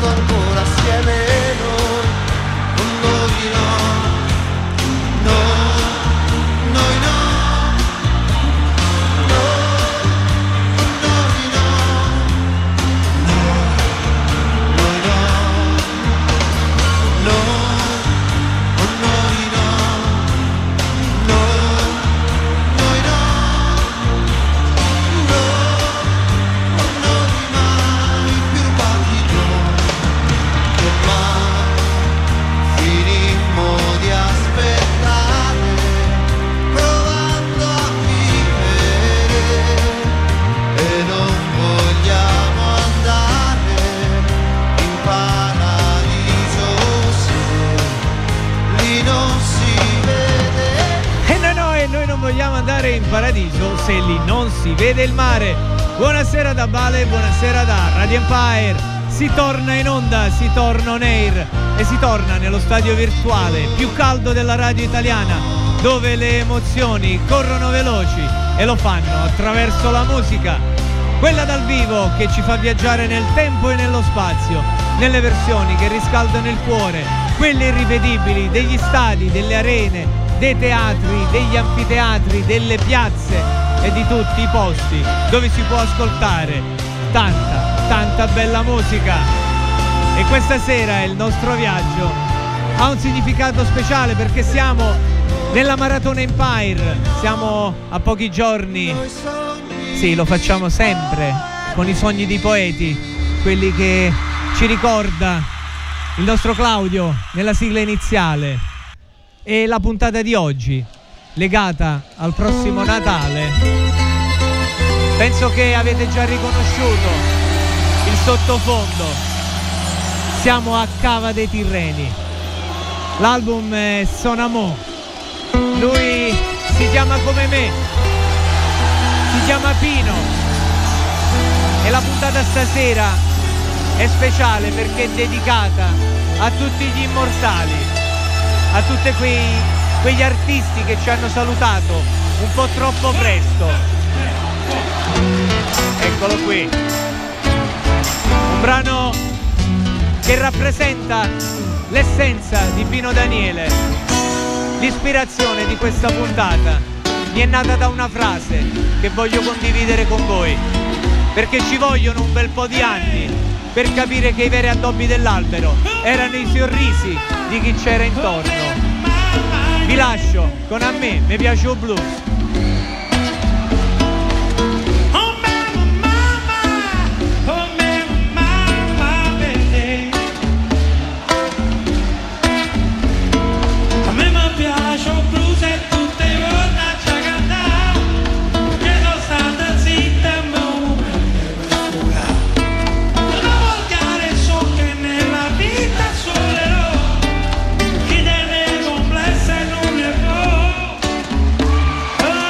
resto ancora assieme noi, con noi no, no, noi no, no, noi no, no, noi no, no, noi no, no, noi no, no, noi mai più rubati noi, che mai finimmo di aspettare, provando a vivere, e non vogliamo andare in paradiso se lì non si vede. E noi non vogliamo andare in paradiso se lì non si vede il mare. Buonasera da Bale, buonasera da Radio Empire. Si torna in onda, si torna on air e si torna nello stadio virtuale più caldo della radio italiana, dove le emozioni corrono veloci e lo fanno attraverso la musica, quella dal vivo che ci fa viaggiare nel tempo e nello spazio, nelle versioni che riscaldano il cuore, quelle irripetibili degli stadi, delle arene, dei teatri, degli anfiteatri, delle piazze e di tutti i posti dove si può ascoltare tanta bella musica. E questa sera il nostro viaggio ha un significato speciale perché siamo nella Maratona Empire, siamo a pochi giorni, sì, lo facciamo sempre con i sogni dei poeti, quelli che ci ricorda il nostro Claudio nella sigla iniziale. E la puntata di oggi, legata al prossimo Natale, penso che avete già riconosciuto il sottofondo. Siamo a Cava dei Tirreni. L'album è Son Amò. Lui si chiama come me, si chiama Pino, e la puntata stasera è speciale perché è dedicata a tutti gli immortali, a tutti quegli artisti che ci hanno salutato un po' troppo presto. Eccolo qui, un brano che rappresenta l'essenza di Pino Daniele. L'ispirazione di questa puntata mi è nata da una frase che voglio condividere con voi, perché ci vogliono un bel po' di anni per capire che i veri addobbi dell'albero erano i sorrisi di chi c'era intorno. Vi lascio con A me mi piace il blues. Chi deve complesse non ne può.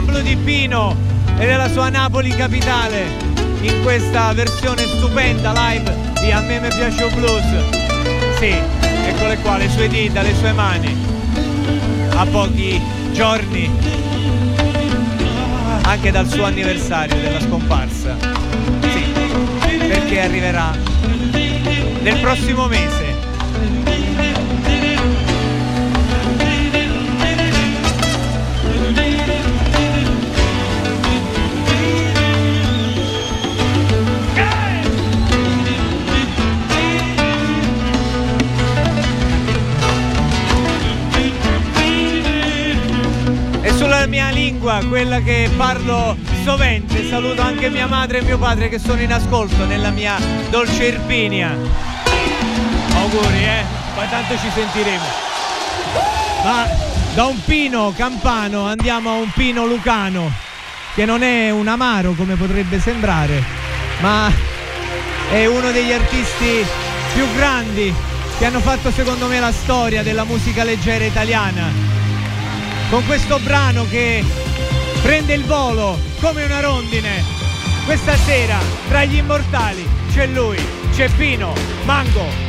Blu di Pino e della sua Napoli capitale in questa versione stupenda live di A me piace un blues. Sì, eccole qua, le sue dita, le sue mani, a pochi giorni anche dal suo anniversario della scomparsa. Sì, perché arriverà nel prossimo mese. Sulla mia lingua, quella che parlo sovente, saluto anche mia madre e mio padre che sono in ascolto nella mia dolce Irpinia. Auguri, poi tanto ci sentiremo. Ma da un pino campano andiamo a un pino lucano, che non è un amaro come potrebbe sembrare, ma è uno degli artisti più grandi che hanno fatto secondo me la storia della musica leggera italiana. Con questo brano che prende il volo come una rondine, questa sera tra gli immortali c'è lui, c'è Pino Mango.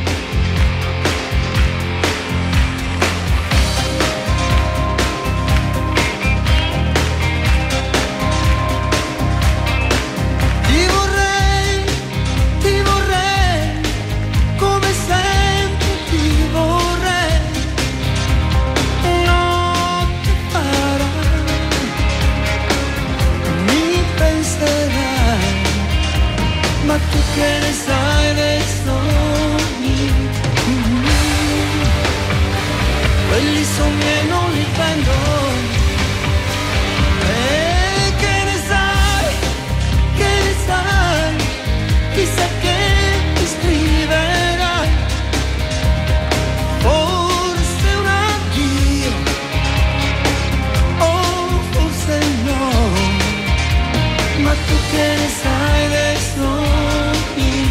Ti vorrei, come sempre ti vorrei. Notte farà, mi penserai, ma tu che ne sai dei sogni? Quelli sono miei, non li prendo. E che ne sai, chissà che ti scriverai. Forse un addio, o forse no, ma tu che ne sai dei sogni?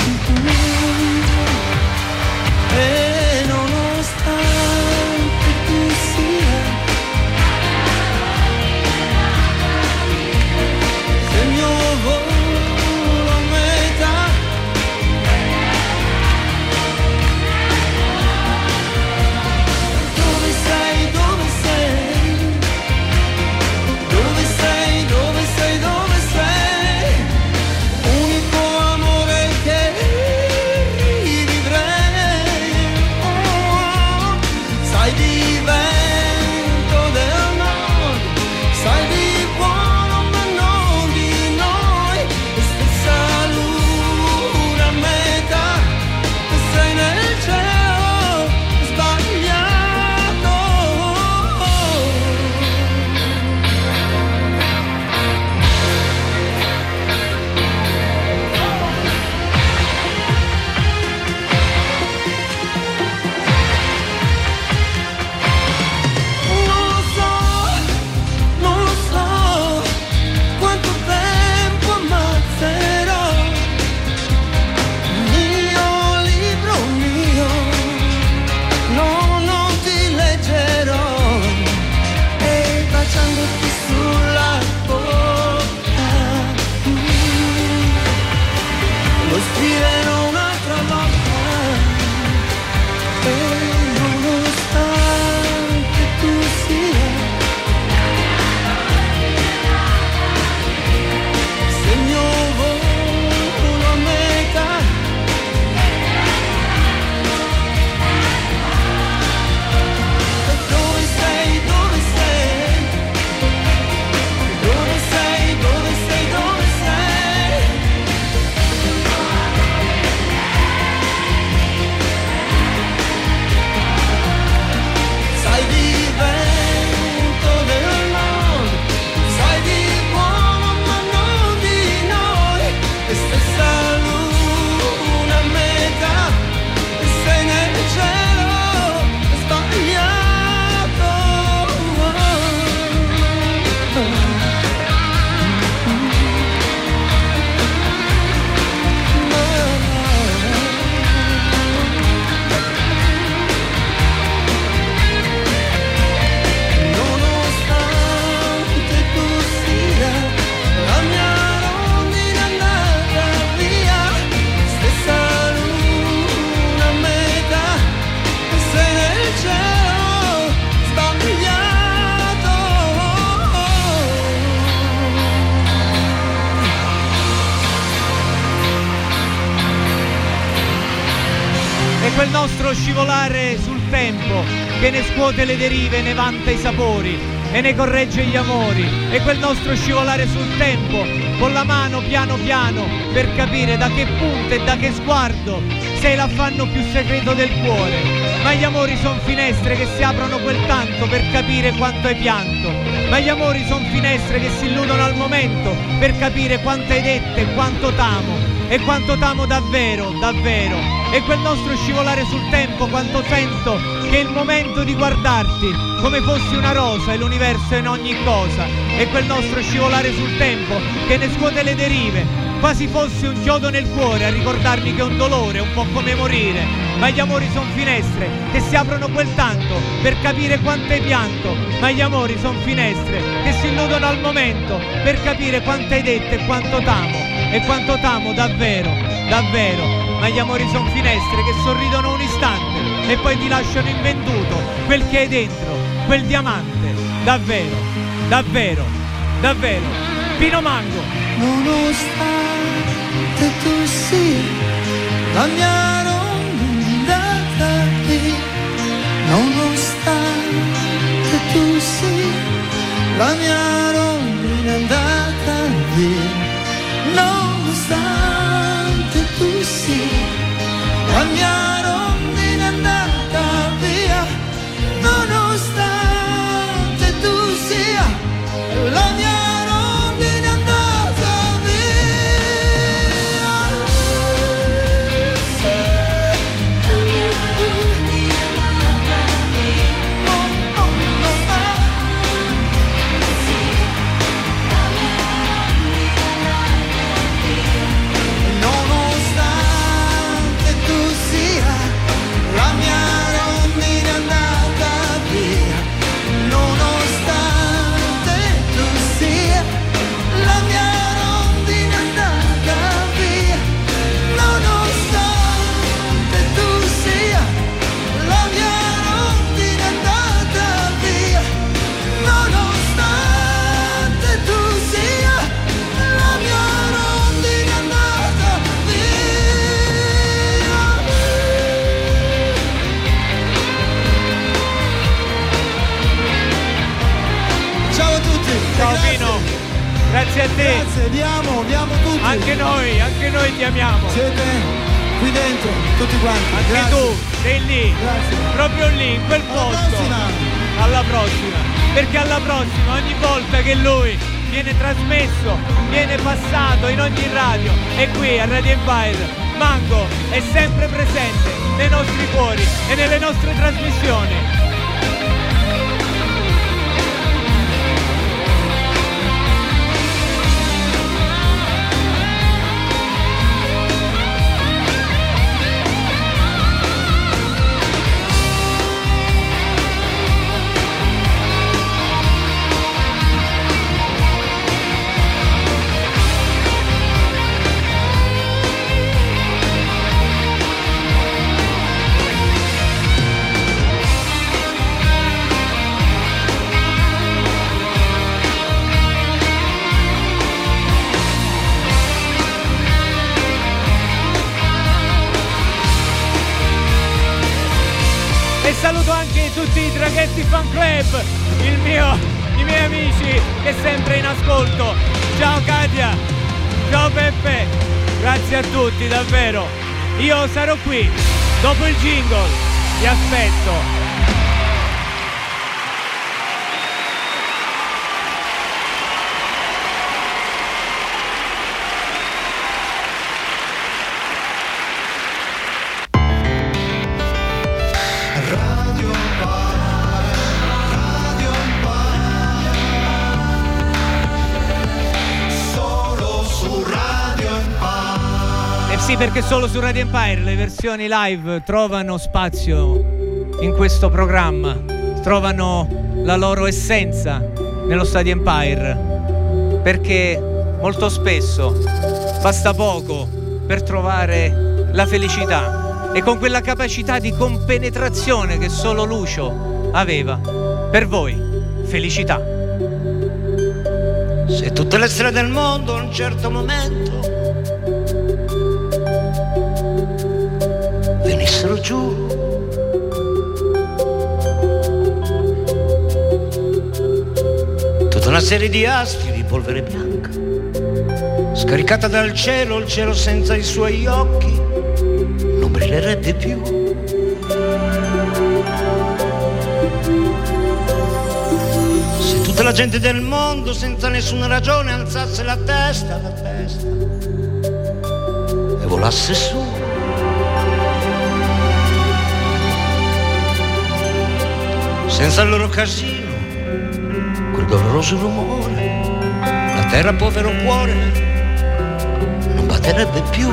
E nonostante tu sia se il mio volo a metà, dove sei, dove sei, dove sei, dove sei, dove sei, quel nostro scivolare sul tempo che ne scuote le derive, ne vanta i sapori e ne corregge gli amori, e quel nostro scivolare sul tempo con la mano piano piano per capire da che punto e da che sguardo sei l'affanno più segreto del cuore. Ma gli amori son finestre che si aprono quel tanto per capire quanto hai pianto, ma gli amori son finestre che si illudono al momento per capire quanto hai detto e quanto t'amo, e quanto t'amo davvero, davvero. E quel nostro scivolare sul tempo, quanto sento che è il momento di guardarti come fossi una rosa e l'universo in ogni cosa. E quel nostro scivolare sul tempo che ne scuote le derive, quasi fossi un chiodo nel cuore a ricordarmi che è un dolore, un po' come morire. Ma gli amori son finestre che si aprono quel tanto per capire quanto hai pianto, ma gli amori son finestre che si illudono al momento per capire quanto hai detto e quanto t'amo, e quanto t'amo davvero, davvero. Ma gli amori son finestre che sorridono un istante e poi ti lasciano invenduto quel che hai dentro, quel diamante, davvero, davvero, davvero. Pino Mango. Nonostante tu sia la mia rondinata via, nonostante tu sia la mia rondine andata via, nonostante tu sia la mia rondine andata via, nonostante tu sia la mia Grazie a te. Grazie, vi amo tutti. Anche noi ti amiamo. Siete qui dentro, tutti quanti. Anche grazie. tu, sei lì. Grazie. Proprio lì, in quel posto. Alla prossima. Perché alla prossima, ogni volta che lui viene trasmesso, viene passato in ogni radio, e qui a Radio Empire, Mango è sempre presente nei nostri cuori e nelle nostre trasmissioni. Saluto anche tutti i Draghetti Fan Club, i miei amici che sempre in ascolto. Ciao Katia, ciao Peppe, grazie a tutti davvero. Io sarò qui dopo il jingle, vi aspetto. Sì, perché solo su Radio Empire le versioni live trovano spazio in questo programma, trovano la loro essenza nello Stadio Empire, perché molto spesso basta poco per trovare la felicità, e con quella capacità di compenetrazione che solo Lucio aveva. Per voi, felicità. Se tutte le strade del mondo a un certo momento venissero buttassero giù. Tutta una serie di astri di polvere bianca, scaricata dal cielo, il cielo senza i suoi occhi non brillerebbe più. Se tutta la gente del mondo senza nessuna ragione alzasse la testa e volasse su, senza il loro casino, quel doloroso rumore, la terra povero cuore non batterebbe più.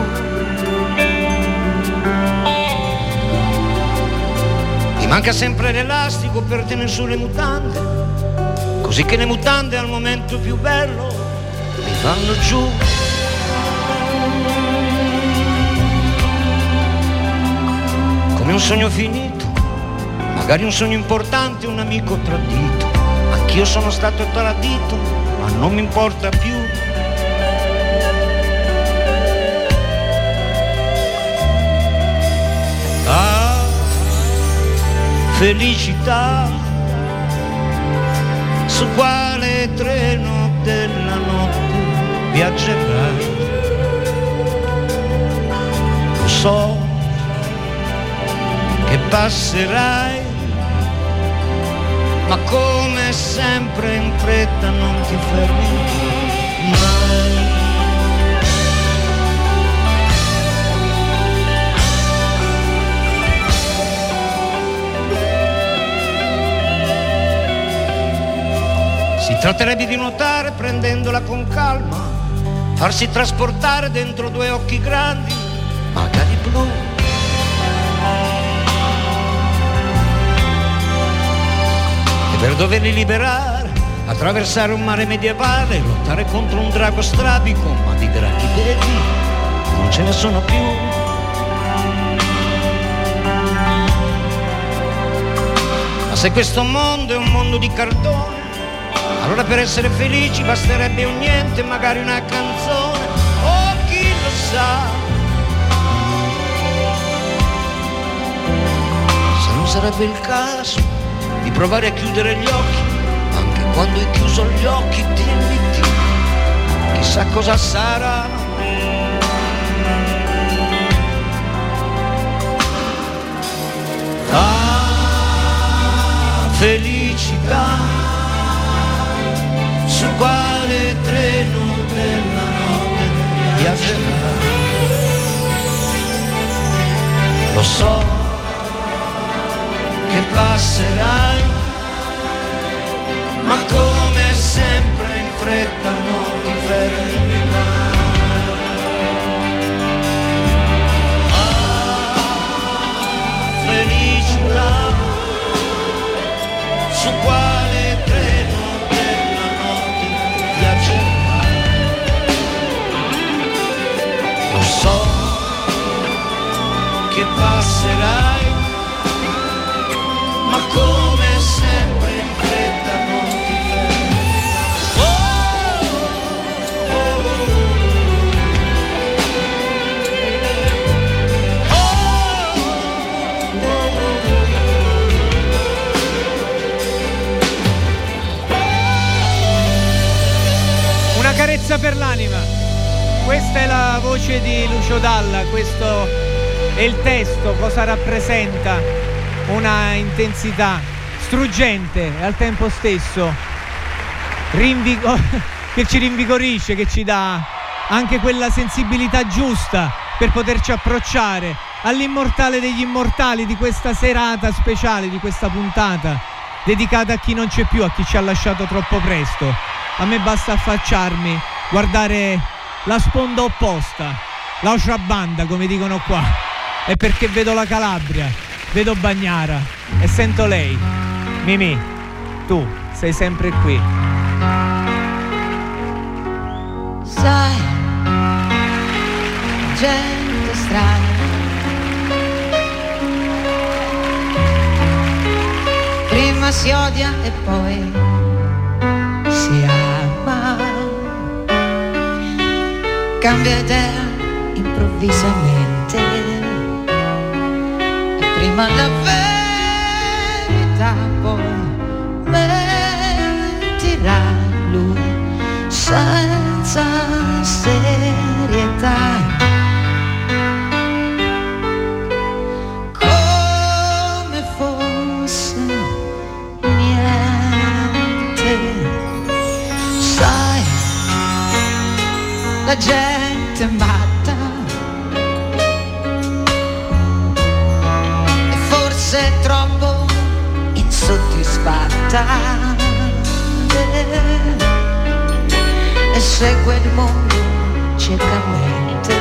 Mi manca sempre l'elastico per tenere su le mutande, così che le mutande al momento più bello mi vanno giù. Come un sogno finito, magari un sogno importante, un amico tradito. Anch'io sono stato tradito, ma non mi importa più. Ah, felicità, su quale treno della notte viaggerai? Lo so che passerai, ma come sempre in fretta non ti fermi mai. Si tratterebbe di nuotare prendendola con calma, farsi trasportare dentro due occhi grandi, magari blu. E per doverli liberare, attraversare un mare medievale, lottare contro un drago strabico, ma di draghi veri non ce ne sono più. Ma se questo mondo è un mondo di cartone, allora per essere felici basterebbe un niente, magari una canzone, oh chi lo sa. Se non sarebbe il caso di provare a chiudere gli occhi, anche quando hai chiuso gli occhi ti inviti, chissà cosa sarà. Ah, felicità, su quale treno della notte viaggerai? Lo so che passerai, ma come sempre in fretta non ti fermi mai. Ah, felicità, su quale treno lo so che passerai, ma come sempre in fretta non ti fermi. Oh, oh, oh. Una carezza per l'anima. Questa è la voce di Lucio Dalla, questo è il testo, cosa rappresenta? Una intensità struggente e al tempo stesso che ci rinvigorisce, che ci dà anche quella sensibilità giusta per poterci approcciare all'immortale degli immortali di questa serata speciale, di questa puntata dedicata a chi non c'è più, a chi ci ha lasciato troppo presto. A me basta affacciarmi, guardare la sponda opposta, l'altra banda come dicono qua, è perché vedo la Calabria, vedo Bagnara e sento lei. Mimì, tu sei sempre qui. Sai, gente strana, prima si odia e poi si ama, cambia idea improvvisamente, prima la verità, poi mentirà lui senza serietà, come fosse niente. Sai, la gente matta e forse troppo insoddisfatta, e segue il mondo ciecamente,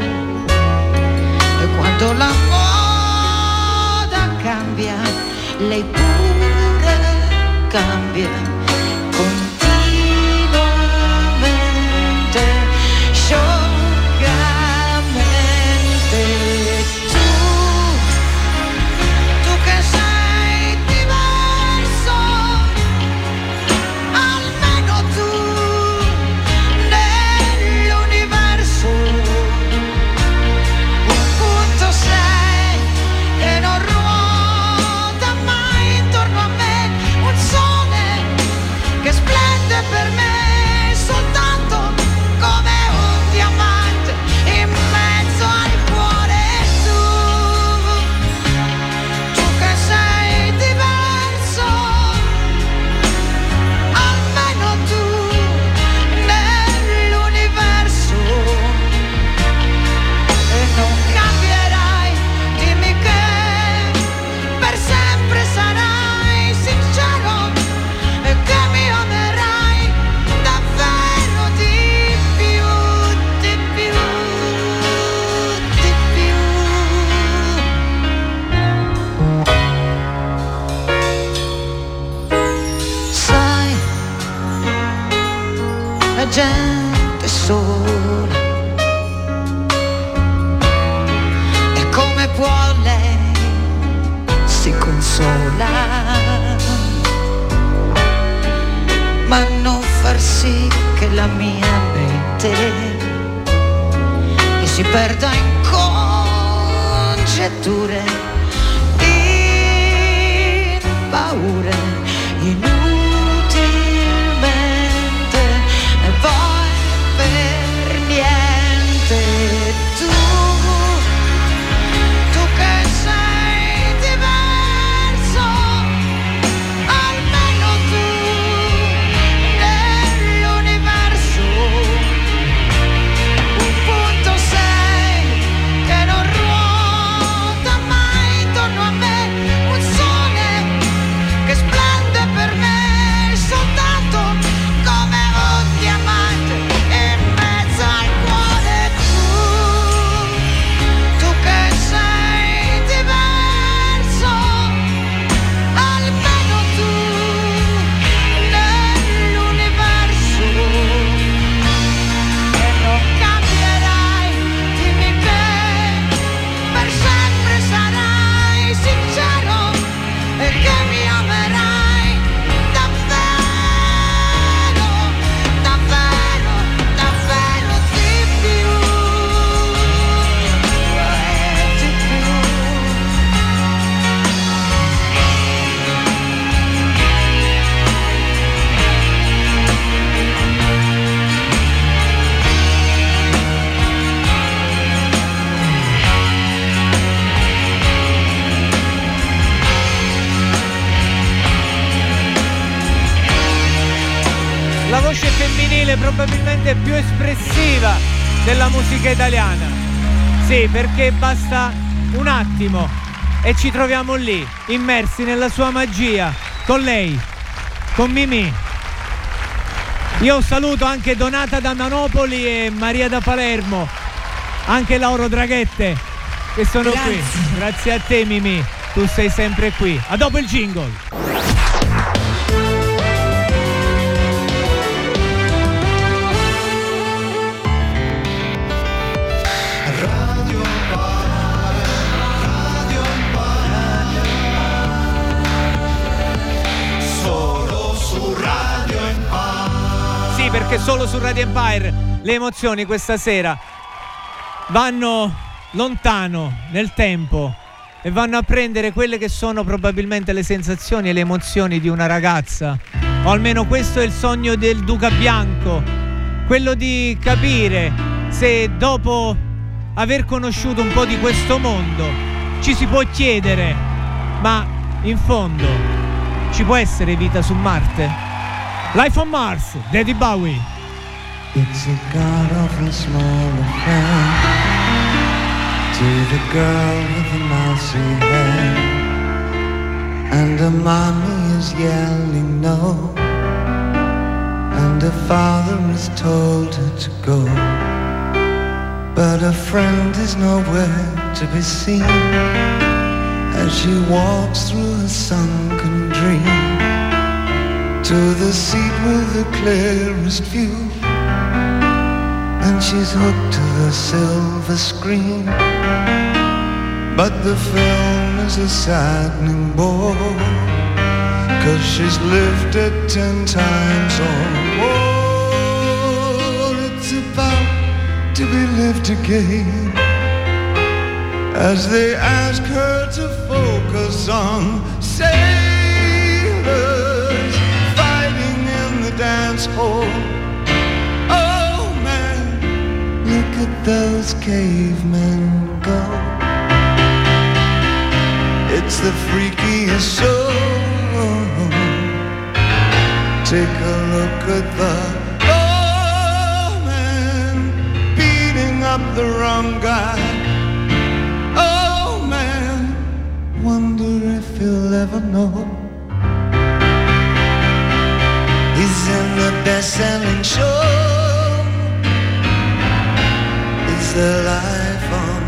e quando la moda cambia, lei pure cambia continuamente, sciocamente. Tu che sei diverso, almeno tu nell'universo un punto sei che non ruota mai intorno a me, un sole che splende per me soltanto come un diamante in mezzo al cuore. Tu che sei diverso, almeno tu nell'universo, e non cambierai, dimmi che per sempre sarai sincero e che mi amerai davvero di più, di più, di più. Sai, la gente sola, e come può lei si consola, ma non far sì che la mia mente che si perda in congetture, in paure, inutilmente, e poi per niente. Tu che sei diverso, almeno tu nell'universo un punto sei che non ruota mai intorno a me, un sole che splende per me soltanto come un diamante in mezzo al cuore. Tu che sei diverso, almeno tu nell'universo, e non cambierai, dimmi che per sempre sarai sincero e che mi amerai davvero, davvero, davvero di più, di più. La voce femminile probabilmente più espressiva della musica italiana. Sì, perché basta un attimo e ci troviamo lì, immersi nella sua magia, con lei, con Mimì. Io saluto anche Donata da Manopoli e Maria da Palermo, anche Lauro Draghette che sono qui. Grazie a te Mimì, tu sei sempre qui. A dopo il jingle. Perché solo su Radio Empire le emozioni questa sera vanno lontano nel tempo e vanno a prendere quelle che sono probabilmente le sensazioni e le emozioni di una ragazza, o almeno questo è il sogno del Duca Bianco, quello di capire se dopo aver conosciuto un po' di questo mondo ci si può chiedere: ma in fondo ci può essere vita su Marte? Life on Mars, David Bowie. It's a god-awful small affair to the girl with the mousy hair, and her mommy is yelling no, and her father has told her to go, but her friend is nowhere to be seen as she walks through a sunken dream to the seat with the clearest view, and she's hooked to the silver screen. But the film is a saddening bore, 'cause she's lived it 10 times or more. It's about to be lived again, as they ask her to focus on sailors fighting in the dance hall. Oh man, look at those cavemen go. It's the freakiest show. Take a look at the oh man beating up the wrong guy. Oh man, wonder if he'll ever know he's in the best-selling show. Is there life on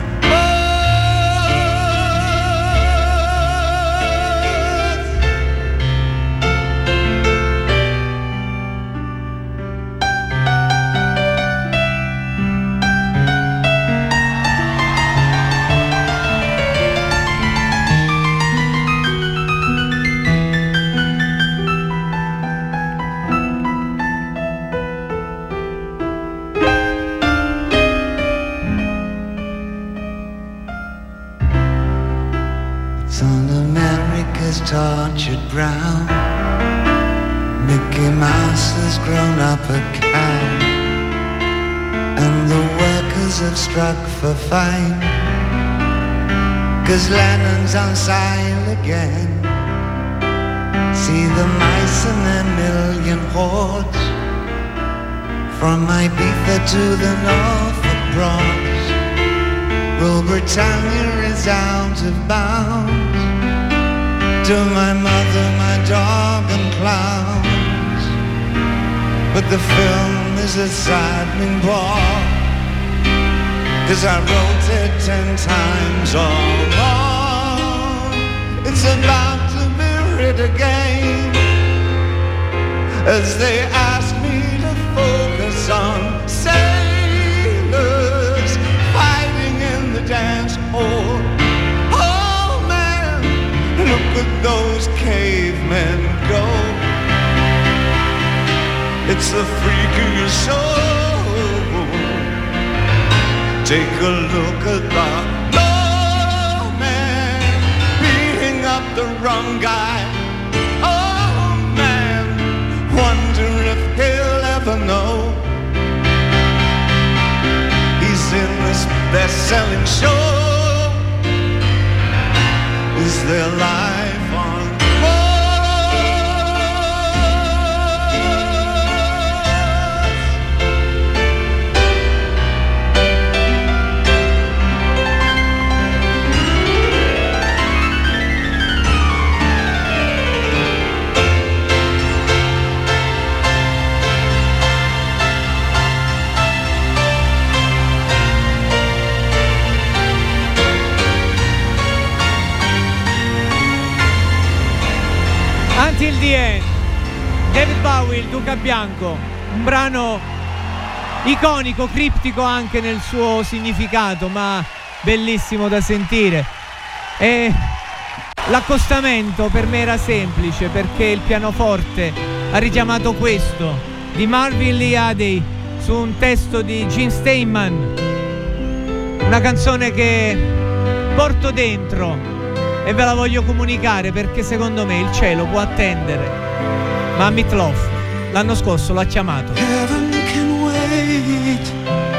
tortured brown? Mickey Mouse has grown up a cow, and the workers have struck for fine, 'cause Lennon's on sale again. See the mice in their million hordes, from Ibiza to the Norfolk Broads. Rule Britannia is out of bounds to my mother, my dog and clowns. But the film is a saddening bore, 'cause I wrote it 10 times or more. It's about to be writ again, as they ask me to focus on sailors fighting in the dance hall. Look at those cavemen go. It's the freakiest show. Take a look at the oh man beating up the wrong guy. Oh man, wonder if he'll ever know he's in this best-selling show. Is there life on Until the End, David Bowie, il Duca Bianco, un brano iconico, criptico anche nel suo significato, ma bellissimo da sentire. E l'accostamento per me era semplice, perché il pianoforte ha richiamato questo di Marvin Lee Adey su un testo di Gene Steinman, una canzone che porto dentro e ve la voglio comunicare perché secondo me il cielo può attendere. Ma Meatloaf l'anno scorso l'ha chiamato. Heaven can wait,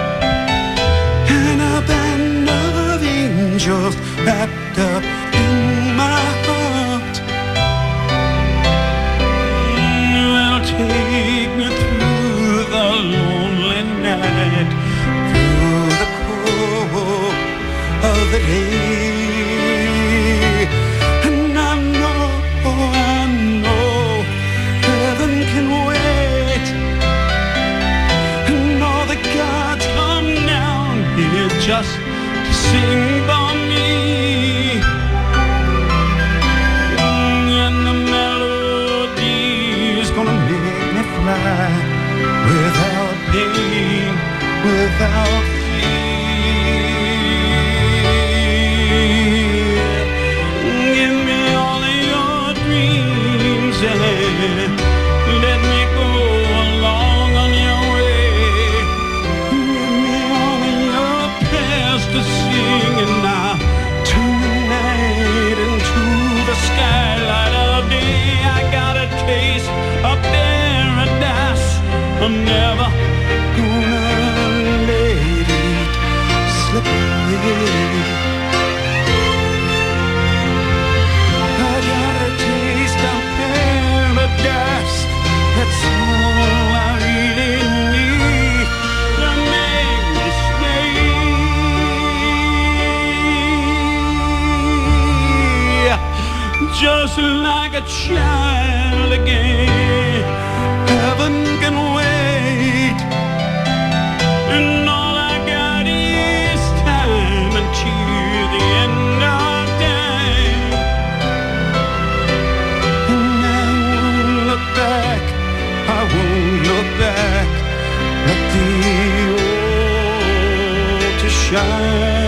and a band of angels wrapped up in my heart will take me through the lonely night, through the cold of the day. And I know heaven can wait, and all the gods come down here just to sing for me. And the melody is gonna make me fly without pain, without fear. Give me all of your dreams and let me go along on your way. Give me all of your prayers to sing, and now turn the night into the skylight of day. I got a taste of paradise, I'm never gonna let it slip away. I got a taste of paradise, that's all I really need to make me stay. Just like a child again, heaven can wait, and all I got is time until the end of time. And I won't look back, I won't look back, let the altar shine.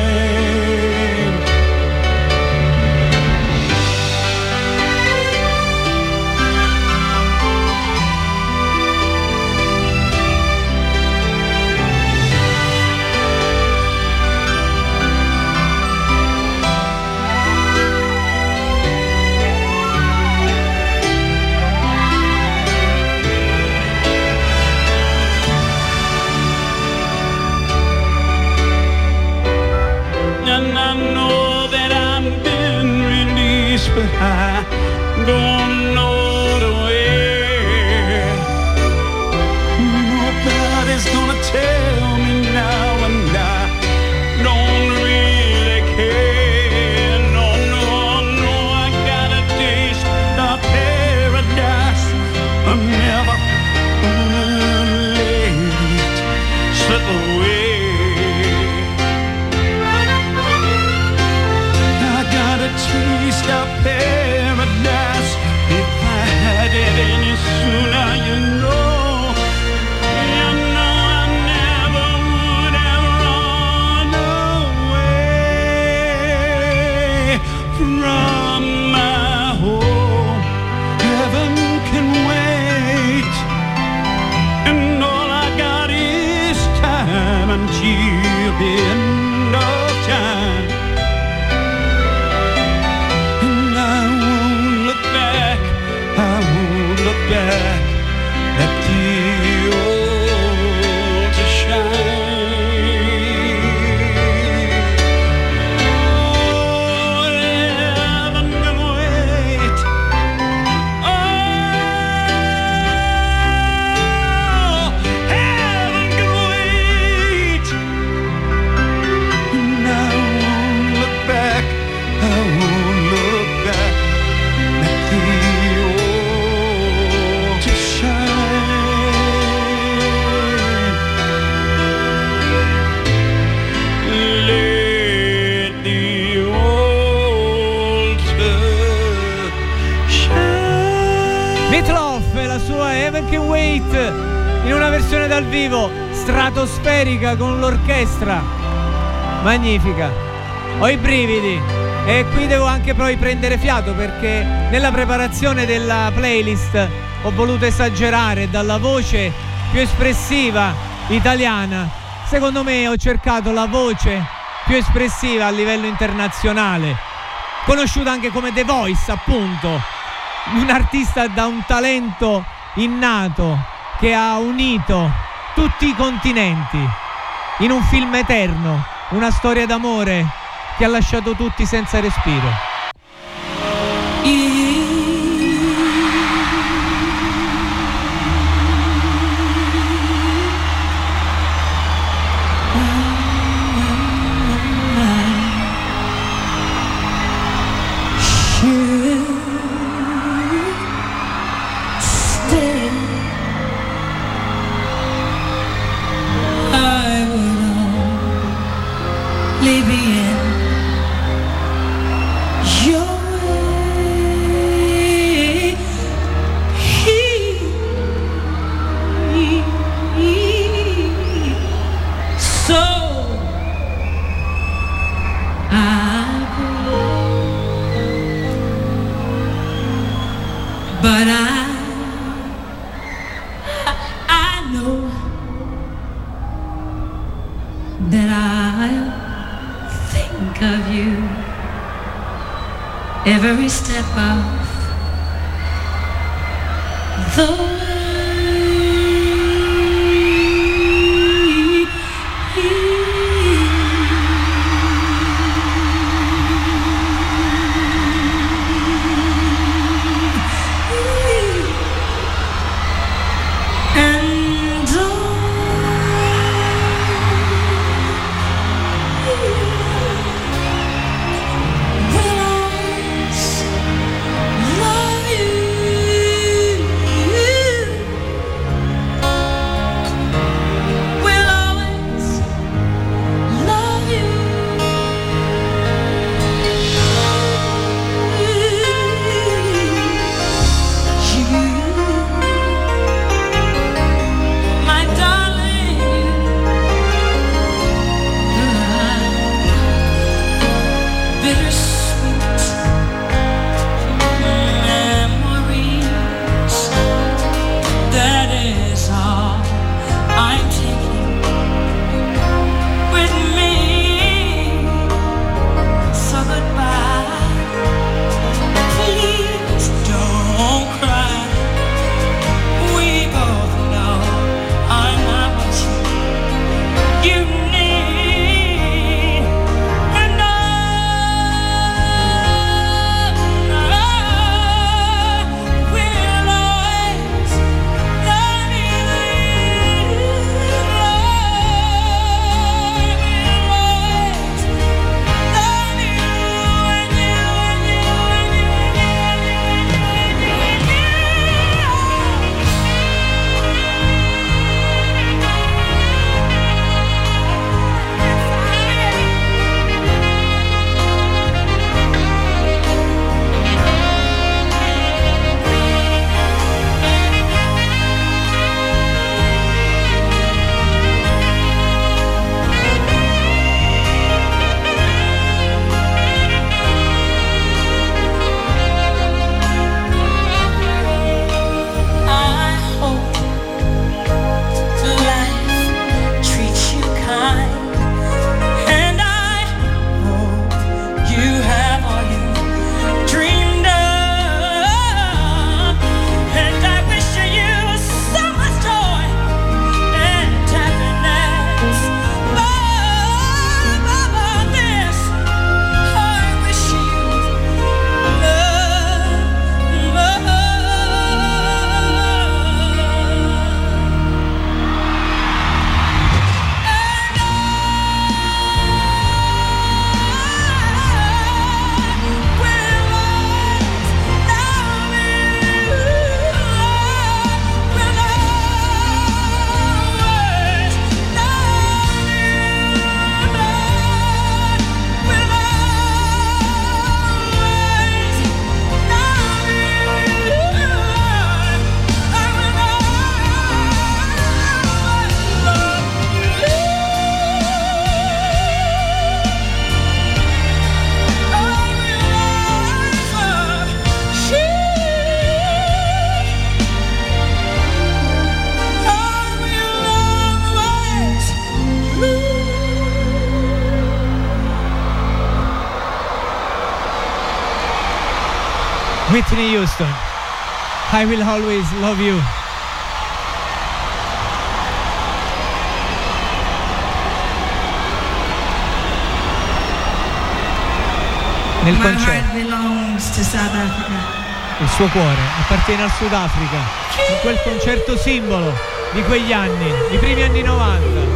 And I know that I've been released, but I don't know the way. Nobody's gonna tell me now, and I don't really care. No, no, no, I got a taste of paradise, I'm never gonna let it slip away. Taste of paradise, if I had it any sooner, you know I never would have run away from my home. Heaven can wait, and all I got is time until the end of time. Back, let the altar shine. Oh, heaven can wait. Oh, heaven can wait. And I won't look back, I won't look back, let the Meatloaf e la sua Heaven Can Wait in una versione dal vivo stratosferica con l'orchestra magnifica. Ho i brividi e qui devo anche poi prendere fiato perché nella preparazione della playlist ho voluto esagerare dalla voce più espressiva italiana. Secondo me ho cercato la voce più espressiva a livello internazionale conosciuta anche come The Voice, appunto, un artista da un talento innato che ha unito tutti i continenti in un film eterno, una storia d'amore che ha lasciato tutti senza respiro. But I know that I'll think of you every step of the way. Love you. Whitney Houston, I Will Always Love You. Nel My concerto, heart belongs to South Africa. il suo cuore appartiene al Sudafrica, in quel concerto simbolo di quegli anni, i primi anni 90.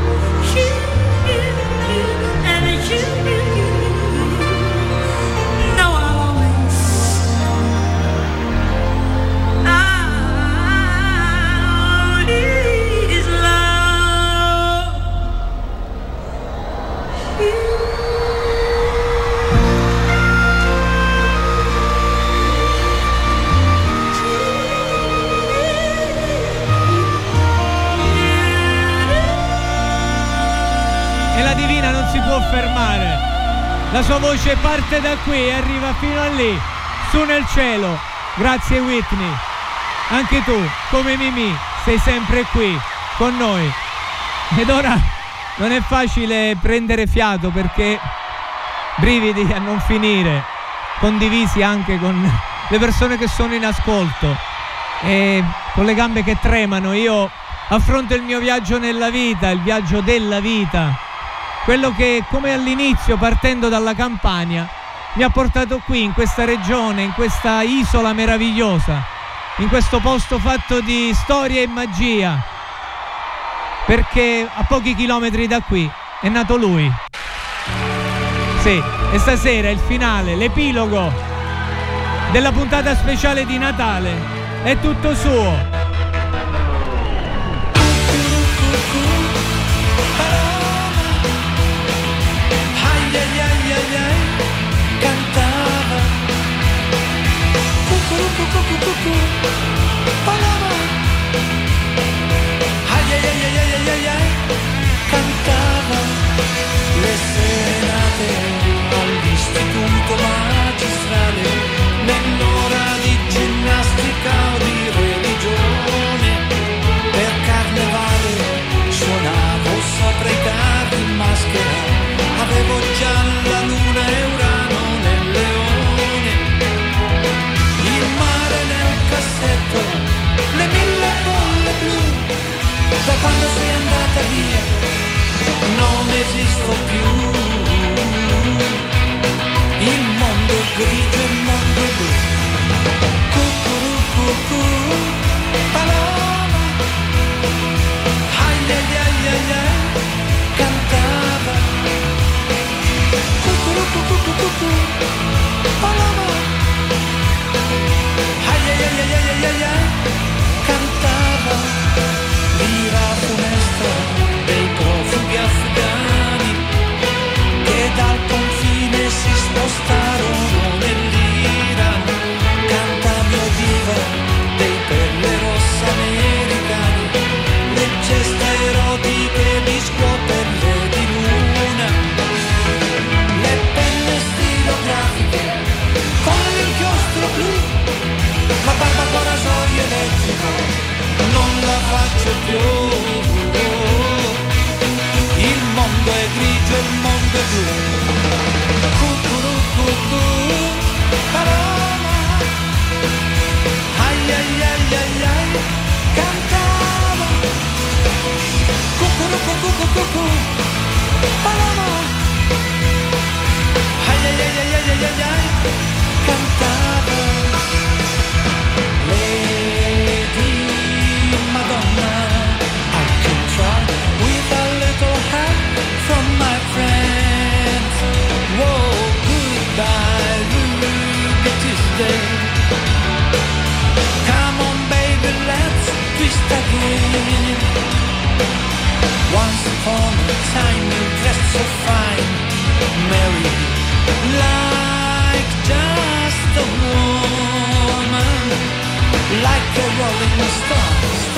Si può fermare, la sua voce parte da qui e arriva fino a lì, su nel cielo. Grazie Whitney, anche tu come Mimì sei sempre qui con noi. Ed ora non è facile prendere fiato perché brividi a non finire, condivisi anche con le persone che sono in ascolto e con le gambe che tremano. Io affronto il mio viaggio nella vita, il viaggio della vita, quello che, come all'inizio, partendo dalla Campania, mi ha portato qui, in questa regione, in questa isola meravigliosa, in questo posto fatto di storia e magia, perché a pochi chilometri da qui è nato lui. Sì, e stasera il finale, l'epilogo della puntata speciale di Natale è tutto suo. Cantava Paloma, cantava le serenate all'istituto magistrale, nell'ora di ginnastica o di religione, per carnevale suonavo sopra i carri in maschera, avevo già la luna e Urano nel leone, il mare nel cassetto, le 1000 bolle blu, da quando sei andata via non esisto più, il mondo è grigio e il mondo è blu, cucurù, Paloma, ai ai ai ai ai, cantava, cucurù, Paloma, ai ai ai ai ai ai ai, cantava l'ira funesta dei profughi afghani che dal confine si spostarono nell'Iran, canta mio diva dei pelle rossa americani, le gesta erotiche di scuoperle di luna, le penne stilografiche con l'inchiostro blu, la barba con rasoio elettrico non la faccio più, il mondo è grigio, il mondo è blu, cucurù, Paloma, ai ai ai ai ai, cantava, cucurù, Paloma, ai ai ai ai ai ai ai, cantava, Lady Madonna, I can try with a little help from my friends. Whoa, goodbye, Ruby Tuesday. Come on, baby, let's twist again. Once upon a time you dressed so fine, Mary, like just a woman, like a rolling stone.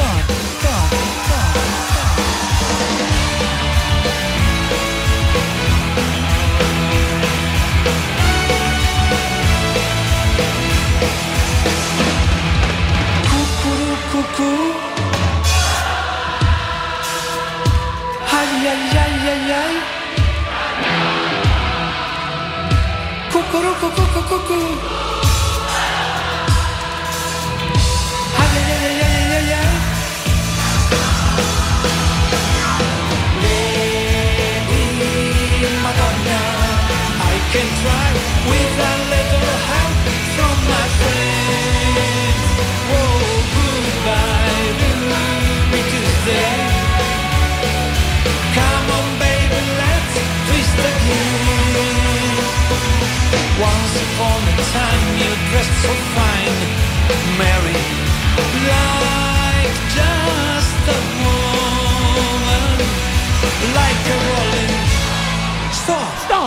Cucù, ai ai ai ai ai, cucurù,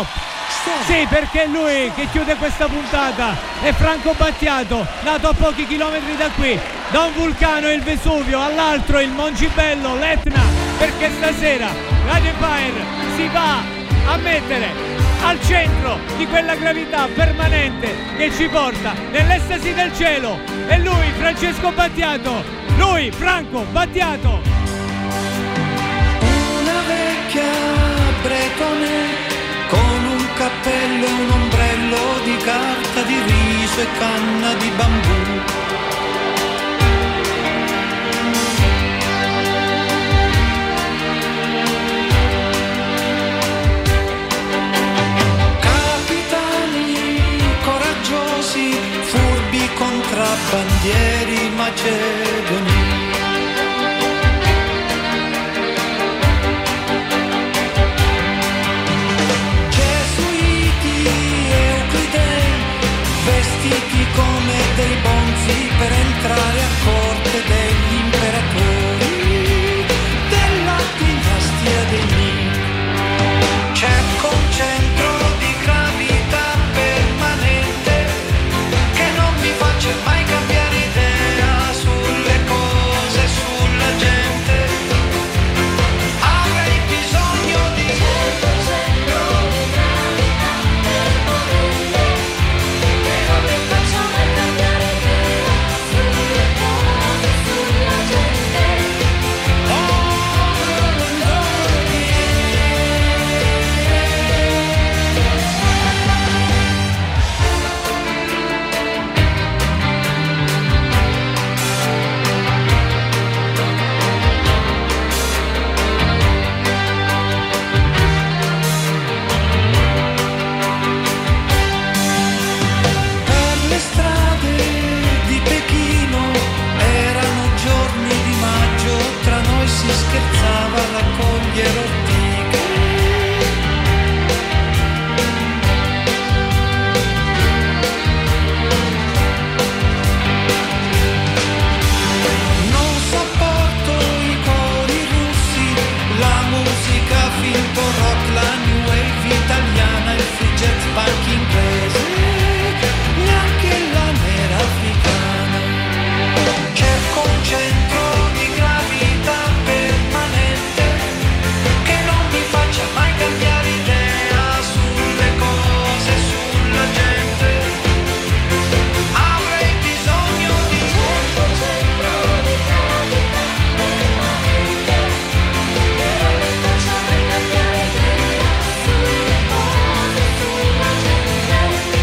Stop! Sì, perché lui che chiude questa puntata è Franco Battiato, nato a pochi chilometri da qui, da un vulcano il Vesuvio, all'altro il Mongibello, l'Etna, perché stasera Radio Empire si va a mettere al centro di quella gravità permanente che ci porta nell'estasi del cielo. E lui, Francesco Battiato, lui, Franco Battiato. Una vecchia bretone con un cappello e un ombrello di carta di riso e canna di bambù. Capitani coraggiosi, furbi contrabbandieri macedoni. Vestiti come dei bonzi per entrare a corte degli imperatori della dinastia dei Ming. Cerco un centro di gravità permanente che non mi faccia mai cambiare idea sulle cose, sulla gente. Avrei bisogno di scherzava a raccogliere ortiche. Non sopporto i cori russi, la musica finto rock, la new wave italiana, il free jazz punk inglese, neanche la nera africana. Cerco un centro di gravità permanente che non mi faccia mai cambiare idea sulle cose, sulla gente. Avrei bisogno di un centro di gravità permanente che non mi faccia mai cambiare idea sulle cose, sulla gente.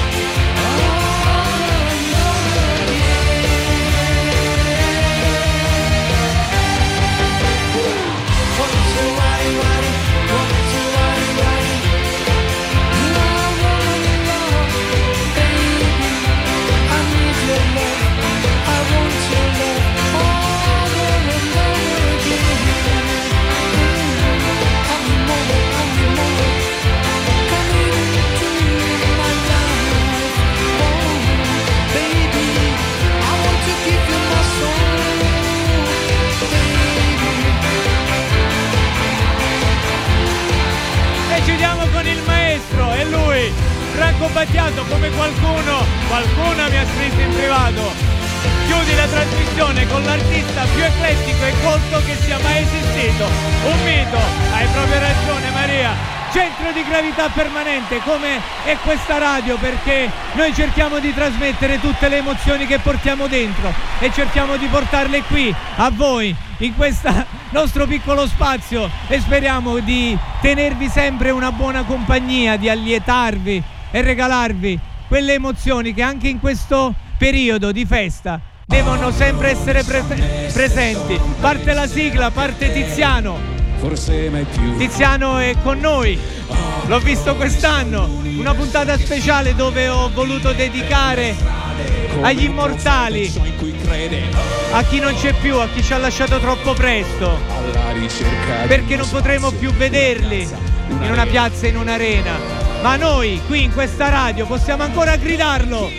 E chiudiamo con il maestro, e lui, Franco Battiato, come qualcuno mi ha scritto in privato. Chiudi la trasmissione con l'artista più eclettico e colto che sia mai esistito. Un mito, hai proprio ragione Maria. Centro di gravità permanente come è questa radio, perché noi cerchiamo di trasmettere tutte le emozioni che portiamo dentro e cerchiamo di portarle qui a voi in questo nostro piccolo spazio, e speriamo di tenervi sempre una buona compagnia, di allietarvi e regalarvi quelle emozioni che anche in questo periodo di festa devono sempre essere presenti. Parte la sigla, parte Tiziano. Forse mai più. Tiziano è con noi, l'ho visto quest'anno, una puntata speciale dove ho voluto dedicare agli immortali, a chi non c'è più, a chi ci ha lasciato troppo presto, perché non potremo più vederli in una piazza, in un'arena, ma noi qui in questa radio possiamo ancora gridarlo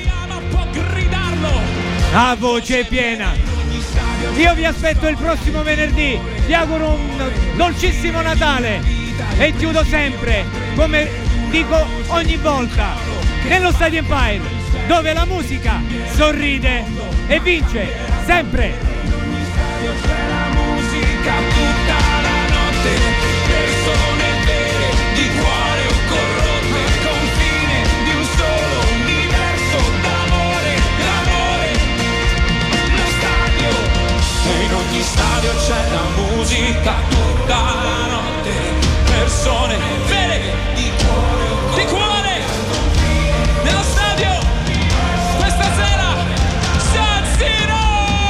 a voce piena. Io vi aspetto il prossimo venerdì, vi auguro un dolcissimo Natale e chiudo sempre come dico ogni volta, nello Stadio Empire, dove la musica sorride e vince sempre. C'è la musica tutta la notte, persone vere di cuore o corrotte, confine di un solo universo d'amore, l'amore, lo stadio, e in ogni stadio c'è la musica tutta la notte, persone vere di cuore, nello stadio, questa sera, San Siro!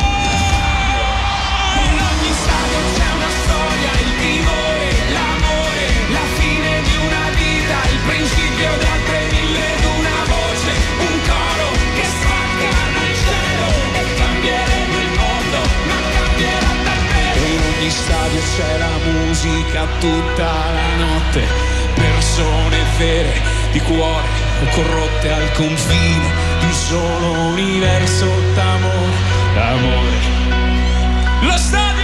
In ogni stadio c'è una storia, il timore, l'amore, la fine di una vita, il principio di altre mille, ed una voce, un coro che spacca nel cielo, e cambieremo il mondo, ma cambierà davvero. In ogni stadio c'è la musica tutta la notte, persone vere di cuore o corrotte al confine di un solo universo d'amore, l'amore, lo stadio.